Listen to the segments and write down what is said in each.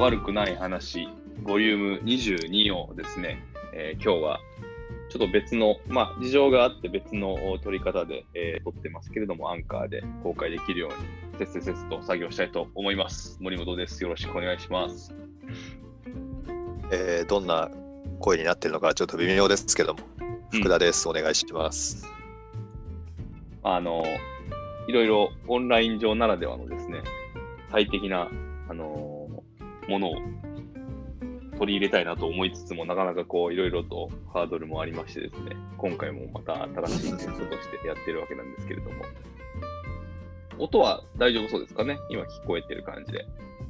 悪くない話、ボリューム22をですね、今日はちょっと別の、事情があって別の撮り方で、撮ってますけれども、アンカーで公開できるように、せっせと作業したいと思います。森本です。よろしくお願いします。 どんな声になってるのかちょっと微妙ですけども、福田です。お願いします。 いろいろオンライン上ならではのですね、最適な、ものを取り入れたいなと思いつつも、なかなかいろいろとハードルもありましてですね、今回もまた新しいテストとしてやってるわけなんですけれども、音は大丈夫そうですかね？今聞こえてる感じで。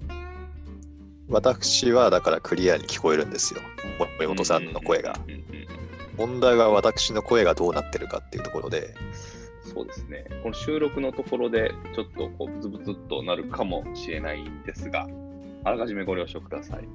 私はだからクリアに聞こえるんですよ、森本さんの声が。問題は私の声がどうなってるかっていうところで。 そうですね。この収録のところでちょっとブツブツっとなるかもしれないんですが、あらかじめご了承ください。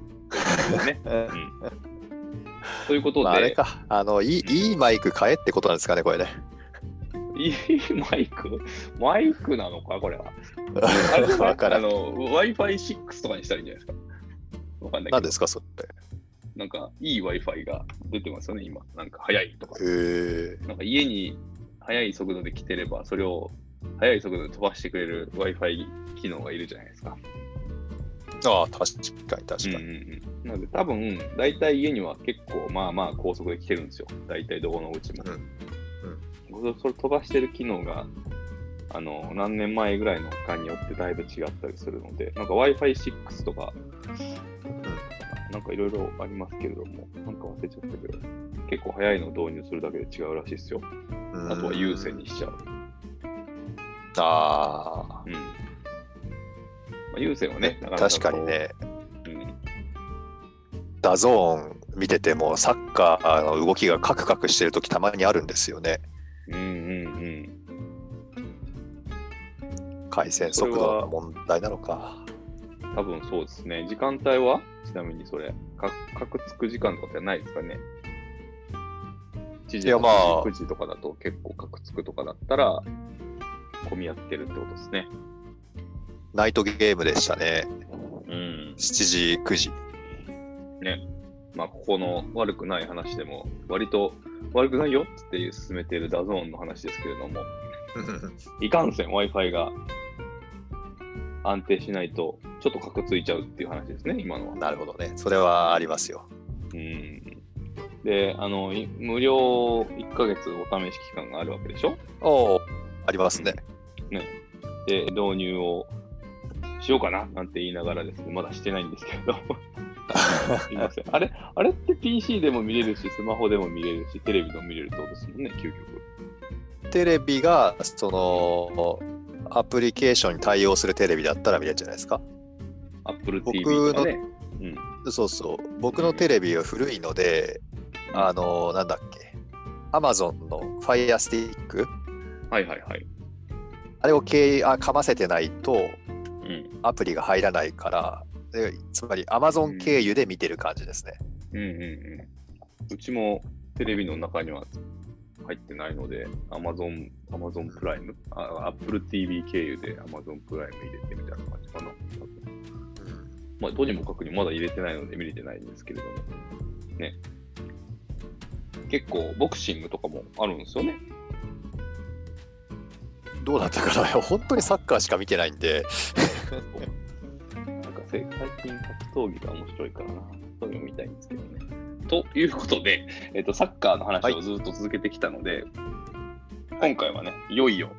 ということで、 あれか、いいマイク買えってことなんですかね、これね。 いいマイクなのか、これは。 わからん。 Wi-Fi6 とかにしたらいいんじゃないですか。わかんないけど。 何ですか、それ。 なんか、いい Wi-Fi が出てますよね、今。なんか、速いとか。なんか、家に速い速度で来てれば、それを速い速度で飛ばしてくれる Wi-Fi 機能がいるじゃないですか。 ああ、確かに。 なので、多分、大体家には結構、高速で来てるんですよ。大体どこのうちも。それ飛ばしてる機能が、何年前ぐらいのかによってだいぶ違ったりするので、なんか Wi-Fi6 とか、なんかいろいろありますけれども、なんか忘れちゃったけど、結構早いのを導入するだけで違うらしいですよ。あとは有線にしちゃう。有線はね、なかなか確かにね、ダゾーン見ててもサッカーの動きがカクカクしてるときたまにあるんですよね。回線速度の問題なのか。 多分そうですね。時間帯はちなみにそれ、カクつく時間とかってないですかね？1時、9時とかだと結構カクつくとかだったら、混み合ってるってことですね。 ナイトゲームでしたね。7時、9時。 ね。ここの悪くない話でも、割と悪くないよっていう進めているダゾーンの話ですけれども、いかんせん Wi-Fi が安定しないと、ちょっとカクついちゃうっていう話ですね、今のは。 なるほどね。それはありますよ。 で、無料1ヶ月お試し期間があるわけでしょ？ ありますね。 で、導入をしようかななんて言いながらですね、まだしてないんですけれど。すいません。あれって PC でも見れるし、スマホでも見れるし、テレビでも見れるってことですもんね、究極。 テレビが、アプリケーションに対応するテレビだったら見れるんじゃないですか。 Apple TV とかね。 僕のテレビは古いので、なんだっけ、Amazon の Fire Stick？あれをかませてないと、アプリが入らないから、つまり Amazon 経由で見てる感じですね。 うちもテレビの中には入ってないので、Amazon プライム、Apple TV 経由で Amazon プライム入れてみたいな感じかな。とにもかくにまだ入れてないので見れてないんですけれども。ね。結構ボクシングとかもあるんですよね。 どうだったかな本当にサッカーしか見てないんで。 なんか最近格闘技が面白いからな。そういうの見たいんですけどね。ということで、サッカーの話をずっと続けてきたので、今回はね、いよいよ、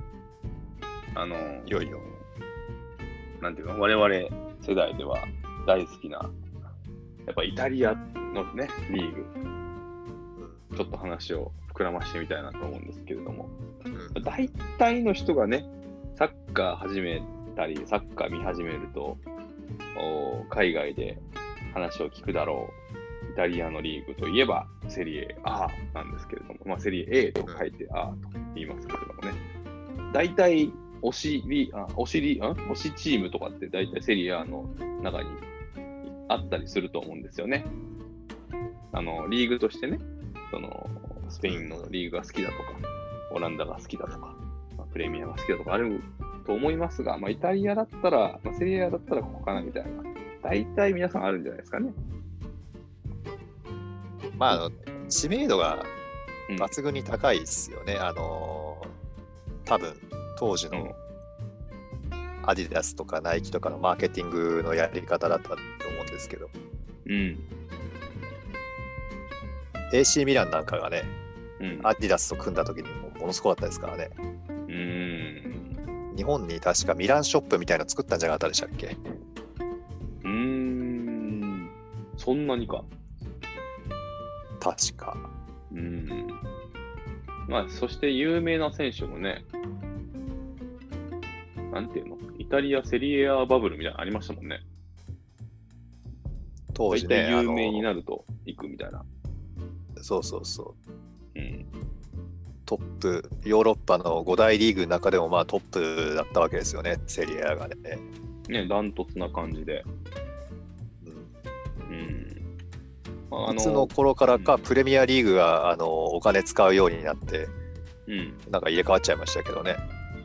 なんていうの、我々世代では大好きな、やっぱイタリアのね、リーグ、ちょっと話を膨らましてみたいなと思うんですけれども、大体の人がね、サッカー始めたり、サッカー見始めると、海外で話を聞くだろう。イタリアのリーグといえば、セリエ A なんですけれども、セリエ A と書いて A と言いますけれどもね。大体、推しチームとかって大体セリエ A の中にあったりすると思うんですよね。リーグとしてね、スペインのリーグが好きだとか、オランダが好きだとか、プレミアが好きだとかあると思いますが、イタリアだったら、セリエ A だったらここかなみたいな大体皆さんあるんじゃないですかね。 まあ、知名度がうん抜群に高いですよね。多分当時のアディダスとかナイキとかのマーケティングのやり方だったと思うんですけど、 うん。 AC ミランなんかがね、 うん。 アディダスと組んだ時にものすごかったですからね。日本に確かミランショップみたいなの作ったんじゃなかったでしたっけ？ そんなにか。 確か。 まあ、そして有名な選手もね、なんていうの、イタリアセリエ A バブルみたいなのありましたもんね。 当時ね、 大体有名になると行くみたいな。 そうそうそう。 うん。 トップ、ヨーロッパの5大リーグの中でもまあトップだったわけですよね、セリエ A がね。 ね、ダントツな感じで。まあいつの頃からかプレミアリーグがお金使うようになって、なんか入れ替わっちゃいましたけどね。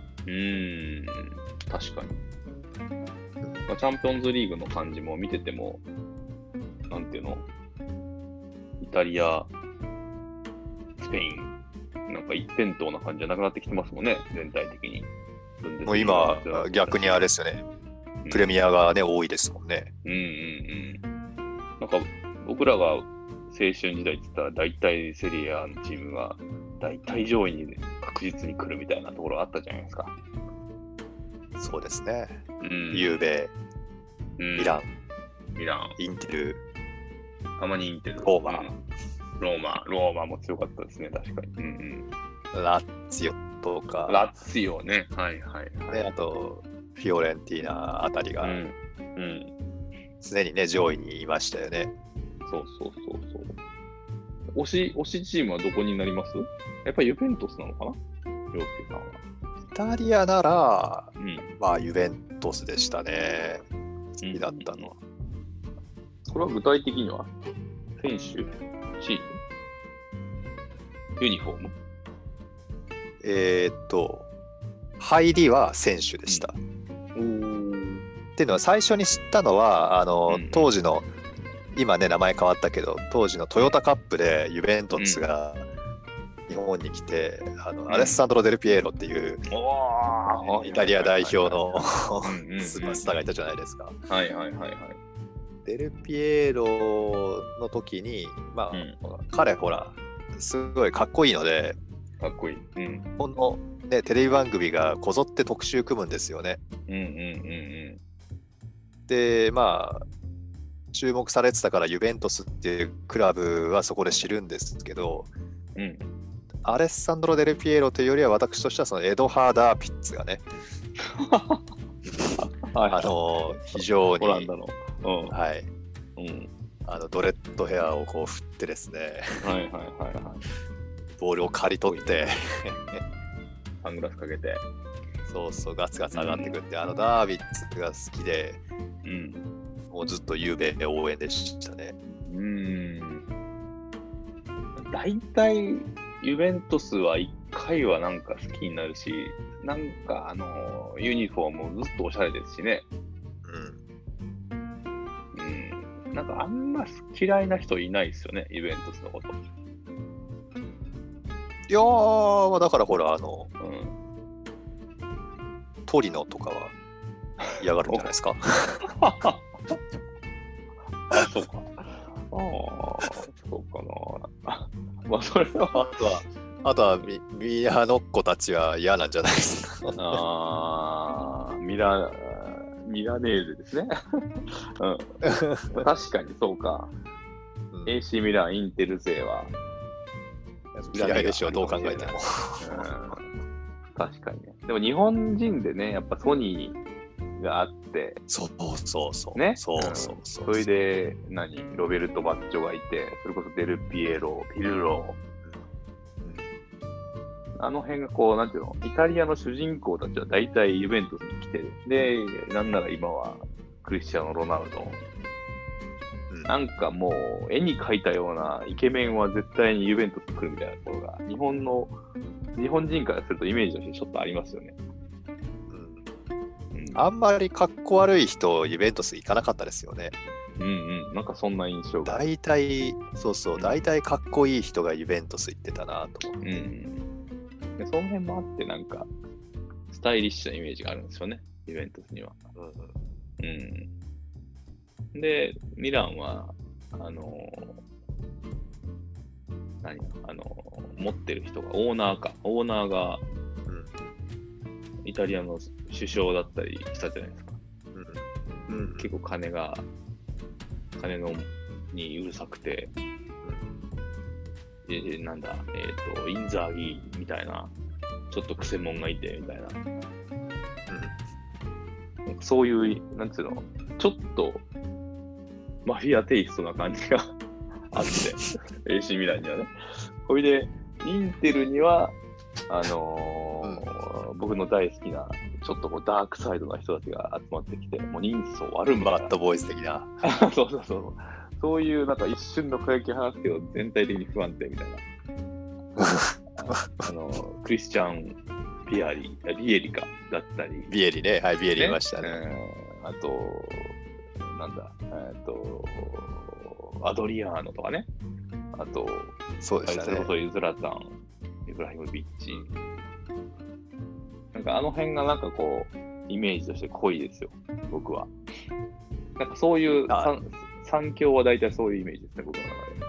確かに。まあ、チャンピオンズリーグの感じも見てても、なんていうの、イタリア、スペイン、なんか一辺倒な感じじゃなくなってきてますもんね、全体的に。 もう今、逆にあれですよね、プレミアがね、多いですもんね。 なんか、僕らが青春時代って言ったら、大体セリエ A のチームが、大体上位に確実に来るみたいなところあったじゃないですか。 そうですね。ゆうべ、ミラン、インテル、 たまにインテル、 ローマも強かったですね、確かに。 ラッツィオとか、 ラッツィオね、はい。 あと、フィオレンティーナあたりが、常にね、上位にいましたよね。 そう。推しチームはどこになります？やっぱりユベントスなのかな？陽介さんは。 イタリアなら、まあ、ユベントスでしたね。好きだったのは。 これは具体的には選手、チーム、ユニフォーム？ 入りは選手でした。っていうのは最初に知ったのは当時の今ね名前変わったけど当時のトヨタカップでユベントスが日本に来てアレッサンドロ・デルピエロっていうイタリア代表のスーパースターがいたじゃないですか。デルピエロの時にまあ彼ほらすごいかっこいいのでかっこいい。 このねテレビ番組がこぞって特集組むんですよね。でまあ注目されてたからユベントスっていうクラブはそこで知るんですけど、アレッサンドロ・デルピエロというよりは私としてはそのエドハー・ダーピッツがね非常にドレッドヘアをこう振ってですねボールを刈り取ってサングラスかけてそうガツガツ上がってくってダービッツが好きで、もうずっとゆうべ応援でしたね。 大体ユベントスは1回はなんか好きになるし、なんかユニフォームもずっとおしゃれですしね。なんかあんま嫌いな人いないですよね、ユベントスのこと。 いやー、だからほらトリノとかは嫌がるんじゃないですか。 そうか。そうかな。まあそれはあとはミラノっ子たちは嫌なんじゃないですか。 ミラネーゼですね。確かにそうか。AC ミラン、インテル勢は嫌いでしょ、どう考えても。 確かにね。でも日本人でね、やっぱソニーがあって、 そう。 ね。 それで、ロベルト・バッジョがいて、それこそデルピエロ、ピルロ、あの辺がこう、なんていうの、イタリアの主人公たちは大体ユベントスに来て、で、なんなら今はクリスチャーノ・ロナウド。なんかもう、絵に描いたようなイケメンは絶対にユベントスに来るみたいなところが、日本人からするとイメージとしてちょっとありますよね。 あんまりかっこ悪い人、ユベントス行かなかったですよね。 なんかそんな印象が。 大体、大体かっこいい人がユベントス行ってたなと思って。 でその辺もあって、なんか、スタイリッシュなイメージがあるんですよね、ユベントスには。で、ミランは、持ってる人が、オーナーが、イタリアの首相だったりしたじゃないですか。結構金にうるさくて、なんだ、インザーギーみたいな、ちょっとクセモンがいて、みたいな。そういう、なんつうの、ちょっと、マフィアテイストな感じがあって、AC ミランにはね。これで、インテルには、僕の大好きな、ちょっとこうダークサイドな人たちが集まってきて、もう人相悪いみたいな。 バッドボーイズ的な。 そういうなんか一瞬の輝きを放つけど、全体的に不安定みたいな。クリスチャン・ビエリカだったり。 ビエリね。はい、ビエリいましたね。 あと、なんだ、アドリアーノとかね。あと、 そうでしたね。 そういうズラタン、イブラヒモビッチ。なんかあの辺がなんかこう、イメージとして濃いですよ、僕は。なんかそういう三強は大体そういうイメージですね、僕の中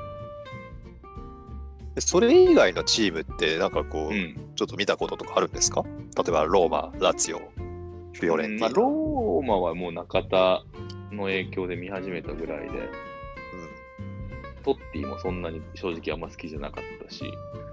で。それ以外のチームってなんかこう、ちょっと見たこととかあるんですか？例えばローマ、ラツィオ、フィオレンティーナ。 ローマはもう中田の影響で見始めたぐらいで、トッティもそんなに正直あんま好きじゃなかったし、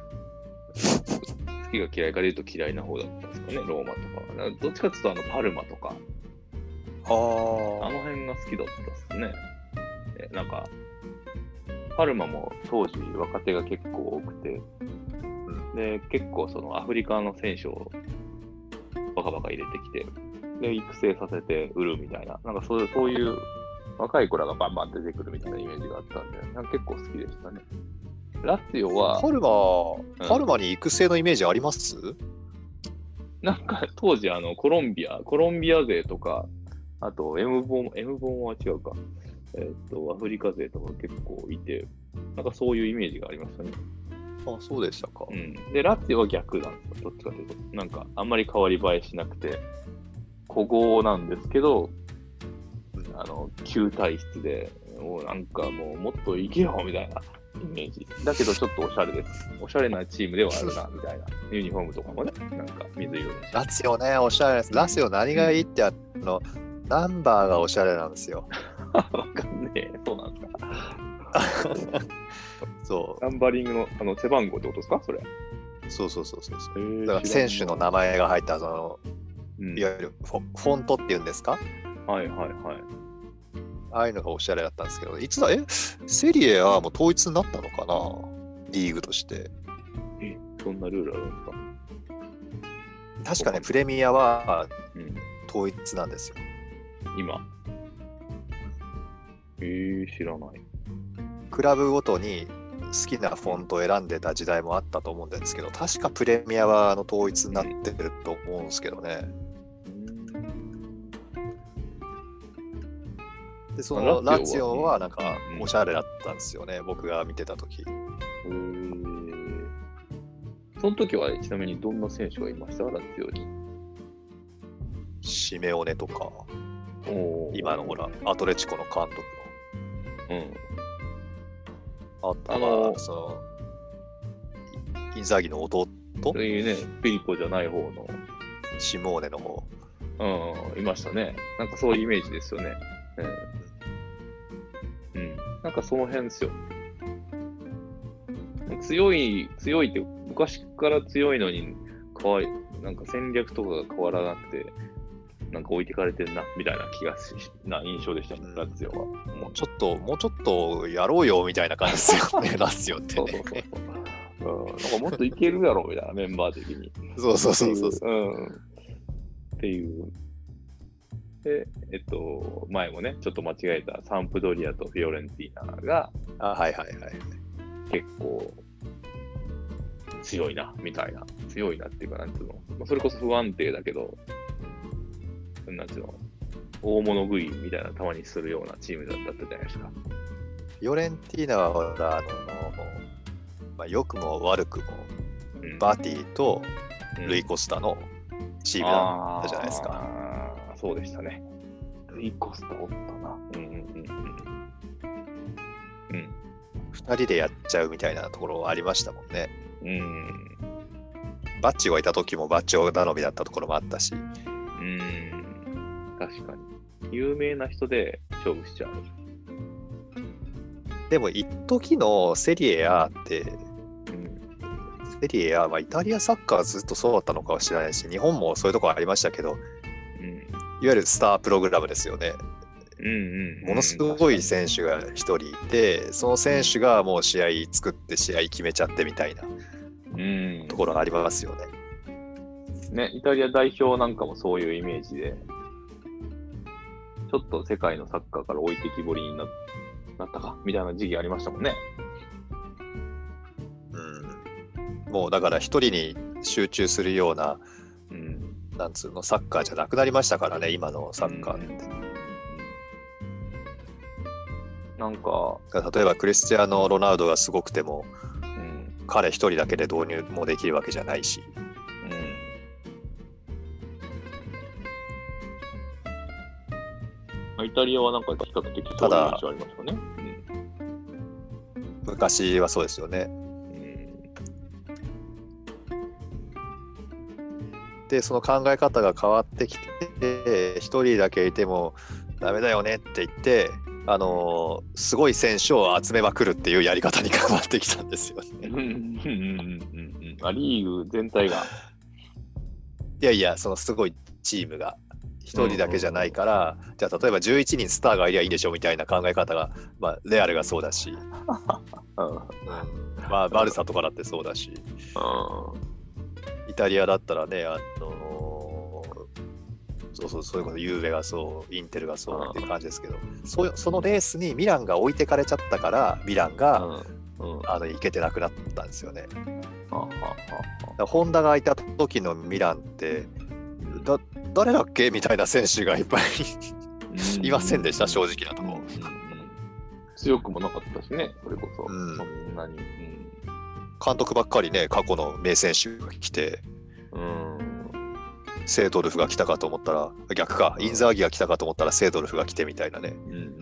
好きが嫌いかで言うと嫌いな方だったんですかね、ローマとか。どっちかっていうとパルマとか、あの辺が好きだったっすね。なんか、パルマも当時若手が結構多くて、で、結構そのアフリカの選手をバカバカ入れてきて、で、育成させて売るみたいな、なんかそういう若い子らがバンバン出てくるみたいなイメージがあったんで、なんか結構好きでしたね。ラツィオは、 パルマに育成のイメージあります？ なんか当時コロンビア勢とか、あと M ボンは違うか。アフリカ勢とか結構いて、なんかそういうイメージがありましたね。 あ、そうでしたか。 で、ラツィオは逆なんですよ、どっちかというと。なんかあんまり変わり映えしなくて、古豪なんですけど、旧体質で、なんかもっといけよみたいなイメージ。だけどちょっとおしゃれです。おしゃれなチームではあるな、みたいな。ユニフォームとかもね、なんか水色だし。 ラツィオね、おしゃれです。ラツィオ何がいいってナンバーがおしゃれなんですよ。 わかんねえ。そうなんですか。 そう。 ナンバリングの背番号ってことですかそれ。 そう。だから選手の名前が入ったいわゆるフォントっていうんですか？ はい。 ああいうのがおしゃれだったんですけど、いつだ、セリエはもう統一になったのかな？リーグとして。 そんなルールあるんですか？ 確かね、プレミアは統一なんですよ。 今。知らない。 クラブごとに好きなフォントを選んでた時代もあったと思うんですけど、確かプレミアは統一になってると思うんですけどね。で、そのラツィオはなんかおしゃれだったんですよね、僕が見てた時。 その時はちなみにどんな選手がいました？ラツィオに。 シメオネとか、今のほら、アトレチコの監督の。あとは、インザーギの弟？ そういうね、フィリポじゃない方の。 シモーネの方。 いましたね。なんかそういうイメージですよね。なんかその辺ですよ。強いって、昔から強いのに、なんか戦略とかが変わらなくて、なんか置いてかれてるな、みたいな印象でしたね、ラツィオは。 もうちょっとやろうよ、みたいな感じですよね、ラツィオってね。 なんかもっといけるだろう、みたいな、メンバー的に。 そう。 っていう。で、前もね、ちょっと間違えたサンプドリアとフィオレンティーナが、結構強いな、みたいな。強いなっていうか、なんていうの。それこそ不安定だけど、 なんていうの、大物食いみたいなたまにするようなチームだったじゃないですか。 フィオレンティーナはほらまあ、良くも悪くも、バティとルイ・コスタのチームだったじゃないですか。 そうでしたね。ルイ・コスタおったな。 2人でやっちゃうみたいなところはありましたもんね。バッチがいた時もバッチを頼みだったところもあったし。 確かに。有名な人で勝負しちゃう。 でも一時のセリエ A って、セリエ A、まあ、イタリアサッカーはずっとそうだったのかもしれないし、日本もそういうところありましたけど、いわゆるスタープログラムですよね。ものすごい選手が一人いて、その選手がもう試合作って試合決めちゃってみたいなところがありますよね。 イタリア代表なんかもそういうイメージで、ちょっと世界のサッカーから置いてきぼりになったかみたいな時期ありましたもんね。 もうだから一人に集中するような、なんつうのサッカーじゃなくなりましたからね、今のサッカーって。 なんか例えばクリスティアーノ・ロナウドがすごくても、彼一人だけで導入もできるわけじゃないし。 イタリアはなんか比較的そういう印象ありますよね。 昔はそうですよね。でその考え方が変わってきて、一人だけいてもダメだよねって言ってすごい選手を集めまくるっていうやり方に変わってきたんですよね。 リーグ全体が。 いやいや、そのすごいチームが一人だけじゃないから、じゃあ例えば11人スターがいりゃいいんでしょみたいな考え方が、まあ、レアルがそうだし、まあ、バルサとかだってそうだし、イタリアだったらね、そういうこと、ユーベがそう、インテルがそうっていう感じですけど、そのレースにミランが置いてかれちゃったから、ミランが、いけてなくなったんですよね。ホンダがいた時のミランって、誰だっけみたいな選手がいっぱいいませんでした、正直なところ。 強くもなかったしね、それこそ。そんなに。 監督ばっかりね、過去の名選手が来て、セードルフが来たかと思ったら、逆か、インザーギが来たかと思ったらセードルフが来てみたいなね。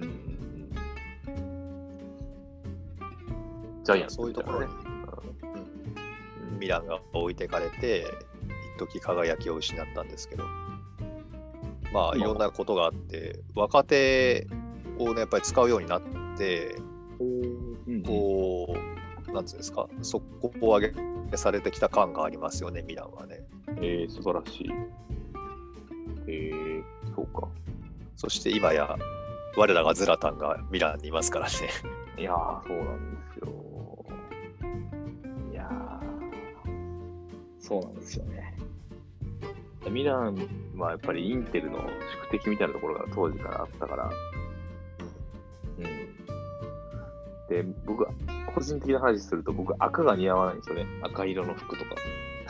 ジャイアンツそういうところに、ミランが置いてかれて、一時輝きを失ったんですけど、まあいろんなことがあって、若手をね、やっぱり使うようになって、こう、なんつうんですか、速攻を上げされてきた感がありますよね、ミランはね。 素晴らしい。そうか。 そして今や、我らがズラタンがミランにいますからね。 いやー、そうなんですよ。いやー、そうなんですよね。ミランはやっぱりインテルの宿敵みたいなところが当時からあったから、で、僕は個人的な話すると、僕赤が似合わないんですよね。赤色の服とか。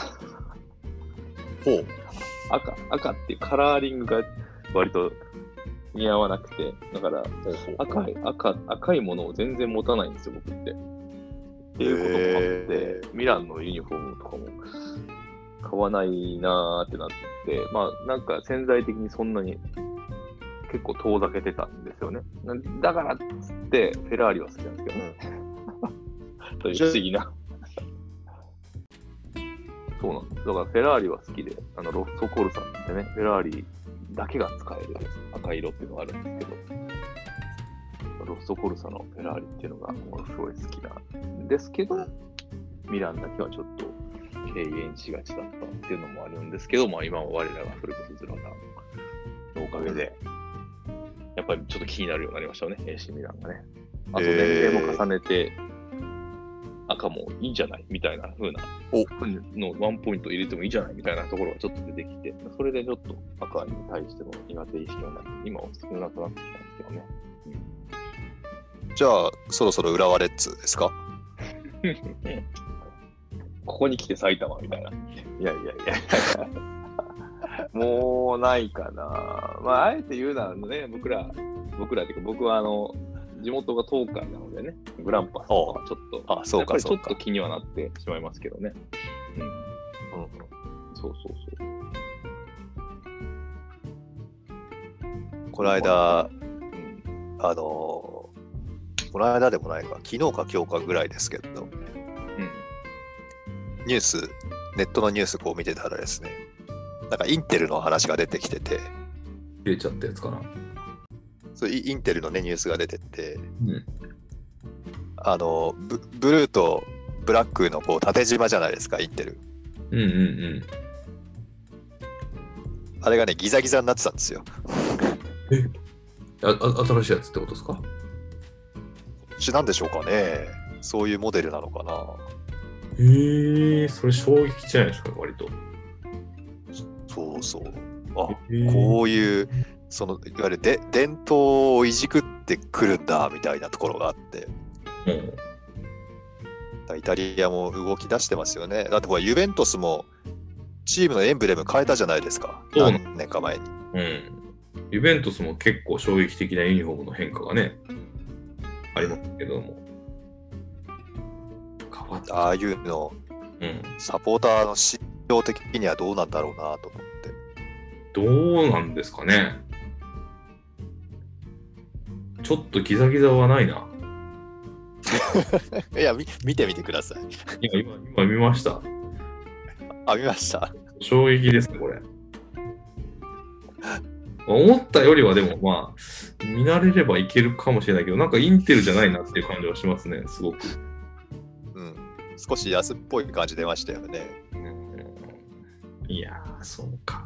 ほう。 赤っていうカラーリングが割と似合わなくて、だから赤いものを全然持たないんですよ、僕って。っていうこともあって、ミランのユニフォームとかも買わないなーってなって、まあなんか潜在的にそんなに結構遠ざけてたんですよね。だからっつってフェラーリは好きなんですけどね。という不思議な。そうなんです。だからフェラーリは好きで、ロッソコルサってね、フェラーリだけが使える赤色っていうのがあるんですけど、ロッソコルサのフェラーリっていうのがものすごい好きなんですけど、ミランだけはちょっと敬遠しがちだったっていうのもあるんですけど、まあ今は我らがそれこそズラタンのおかげで、やっぱりちょっと気になるようになりましたよね、AC ミランがね。あと年齢も重ねて、赤もいいんじゃないみたいな風なのワンポイント入れてもいいじゃないみたいなところがちょっと出てきて、それでちょっと赤に対しての苦手意識は今は少なくなってきたんですけどね。 じゃあ、そろそろ浦和レッズですか？ ここに来て埼玉みたいな。いや。 もうないかな。まあ、あえて言うならね、僕らっていうか、僕は地元が東海なのでね、グランパスとかはちょっと、 そうか、 やっぱりちょっと気にはなってしまいますけどね。そう。 この間、この間でもないか、昨日か今日かぐらいですけど、ニュース、ネットのニュースこう見てたらですね、なんかインテルの話が出てきてて、 入れちゃったやつかな。 そうインテルのねニュースが出てて、ブルーとブラックのこう縦縞じゃないですか、インテル。あれがねギザギザになってたんですよ。 新しいやつってことですか？ なんでしょうかね。そういうモデルなのかな。 それ衝撃じゃないですか、割と。 そう。こういういわゆる伝統をいじくってくるんだみたいなところがあって、イタリアも動き出してますよね。だってユベントスもチームのエンブレム変えたじゃないですか。何年か前に。 ユベントスも結構衝撃的なユニフォームの変化がね、ありますけども。 ああいうの、サポーターの心情的にはどうなんだろうなと思って。 どうなんですかね。ちょっとギザギザはないな。 いや、見てみてください。 いや、今見ました。 見ました。 衝撃ですね、これ。思ったよりはでも見慣れればいけるかもしれないけど、なんかインテルじゃないなっていう感じはしますね、すごく。 少し安っぽい感じ出ましたよね。 いやー、そうか。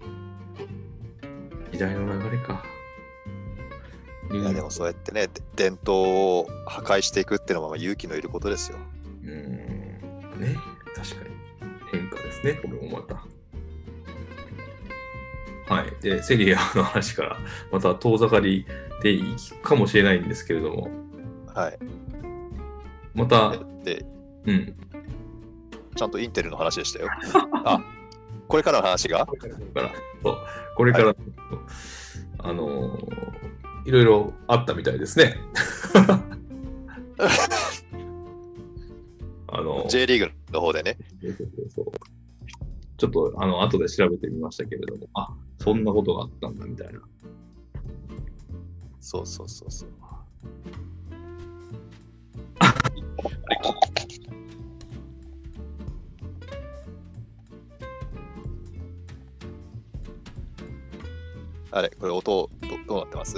時代の流れか。 いや、でもそうやってね、伝統を破壊していくっていうのは勇気のいることですよ。 ね、確かに。変化ですね、これもまた。はい。で、セリアの話から、また遠ざかりでいくかもしれないんですけれども。 はい。 また、 ちゃんとインテルの話でしたよ。これからの話がこれから、いろいろあったみたいですね。 J リーグの方でね。 ちょっと後で調べてみましたけれども、そんなことがあったんだみたいな。 そう。あれ、これ音どうなってます？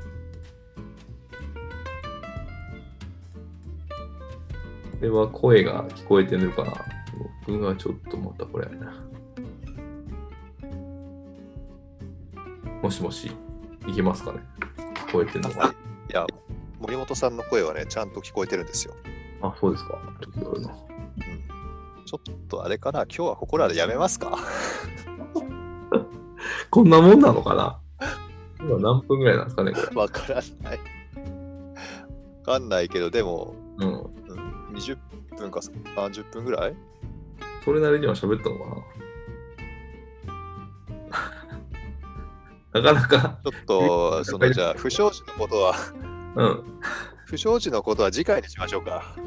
これは声が聞こえてるかな？僕がちょっとまたこれもしもし、いけますかね？聞こえてるのかな？ いや、森本さんの声はね、ちゃんと聞こえてるんですよ。 そうですか。 ちょっとあれかな、今日はここらでやめますか？ こんなもんなのかな？今何分ぐらいなんですかね、これ。 わからない。わかんないけど、でも、20分か30分ぐらい？ それなりには喋ったのかな？なかなか。 ちょっと、じゃあ、不祥事のことは、不祥事のことは次回にしましょうか。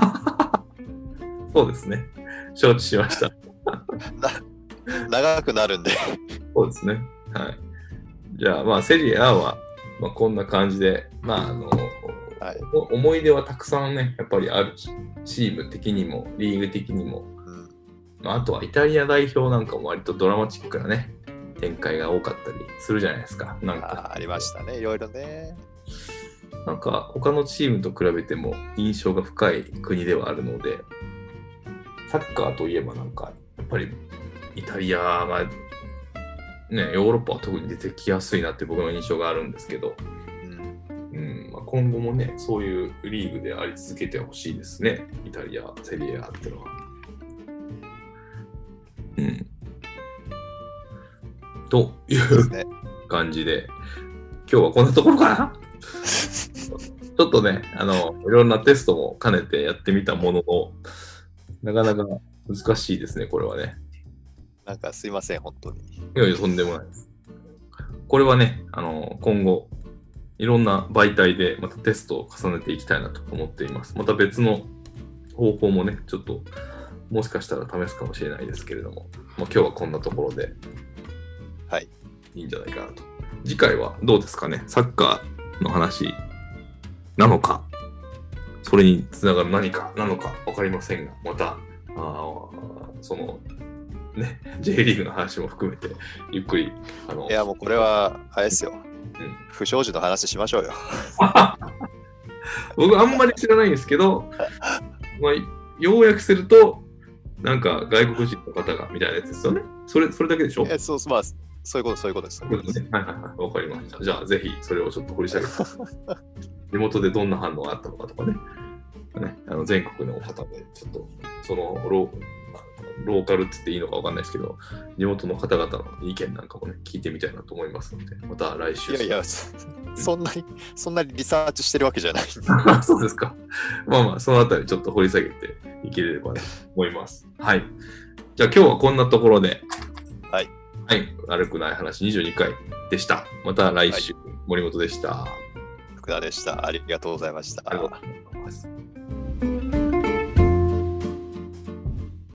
そうですね。承知しました。 長くなるんで。 そうですね。はい。じゃあ、セリアは、こんな感じで、思い出はたくさんね、やっぱりあるチーム的にも、リーグ的にも、あとはイタリア代表なんかも割とドラマチックなね、展開が多かったりするじゃないですか。 ありましたね、いろいろね。 なんか他のチームと比べても印象が深い国ではあるので、サッカーといえばなんかやっぱりイタリアがね、ヨーロッパは特に出てきやすいなって僕の印象があるんですけど、今後もね、そういうリーグであり続けてほしいですね。イタリア、セリエ A っていうのは。という感じで、今日はこんなところかなちょっとね、いろんなテストも兼ねてやってみたものの、なかなか難しいですね、これはね。 なんかすいません、本当に。 いやいや、とんでもないです。これはね、今後、いろんな媒体でまたテストを重ねていきたいなと思っています。また別の方法もね、ちょっと、もしかしたら試すかもしれないですけれども、まあ、今日はこんなところで、 はい。 いいんじゃないかなと。次回はどうですかね、サッカーの話なのか、それにつながる何かなのか分かりませんが、また、その、ね、J リーグの話も含めて、ゆっくり、 いや、もうこれは、あれですよ。不祥事の話しましょうよ。 僕、あんまり知らないんですけど、まあ、要約すると、なんか外国人の方がみたいなやつですよね。それだけでしょ？ そう、まあ、そういうことです。 はいはいはい、わかりました。じゃあ、ぜひそれをちょっと掘り下げて、地元でどんな反応があったのかとかね、全国の方で、ちょっと、そのローカルって言っていいのかわかんないですけど、地元の方々の意見なんかもね、聞いてみたいなと思いますので、また来週。 いや、そんなにリサーチしてるわけじゃない。 そうですか。まあまあ、そのあたりちょっと掘り下げていければと思います。はい。じゃあ今日はこんなところで、 はい。 はい。悪くない話22回でした。また来週、森本でした。 福田でした。ありがとうございました。 ありがとうございます。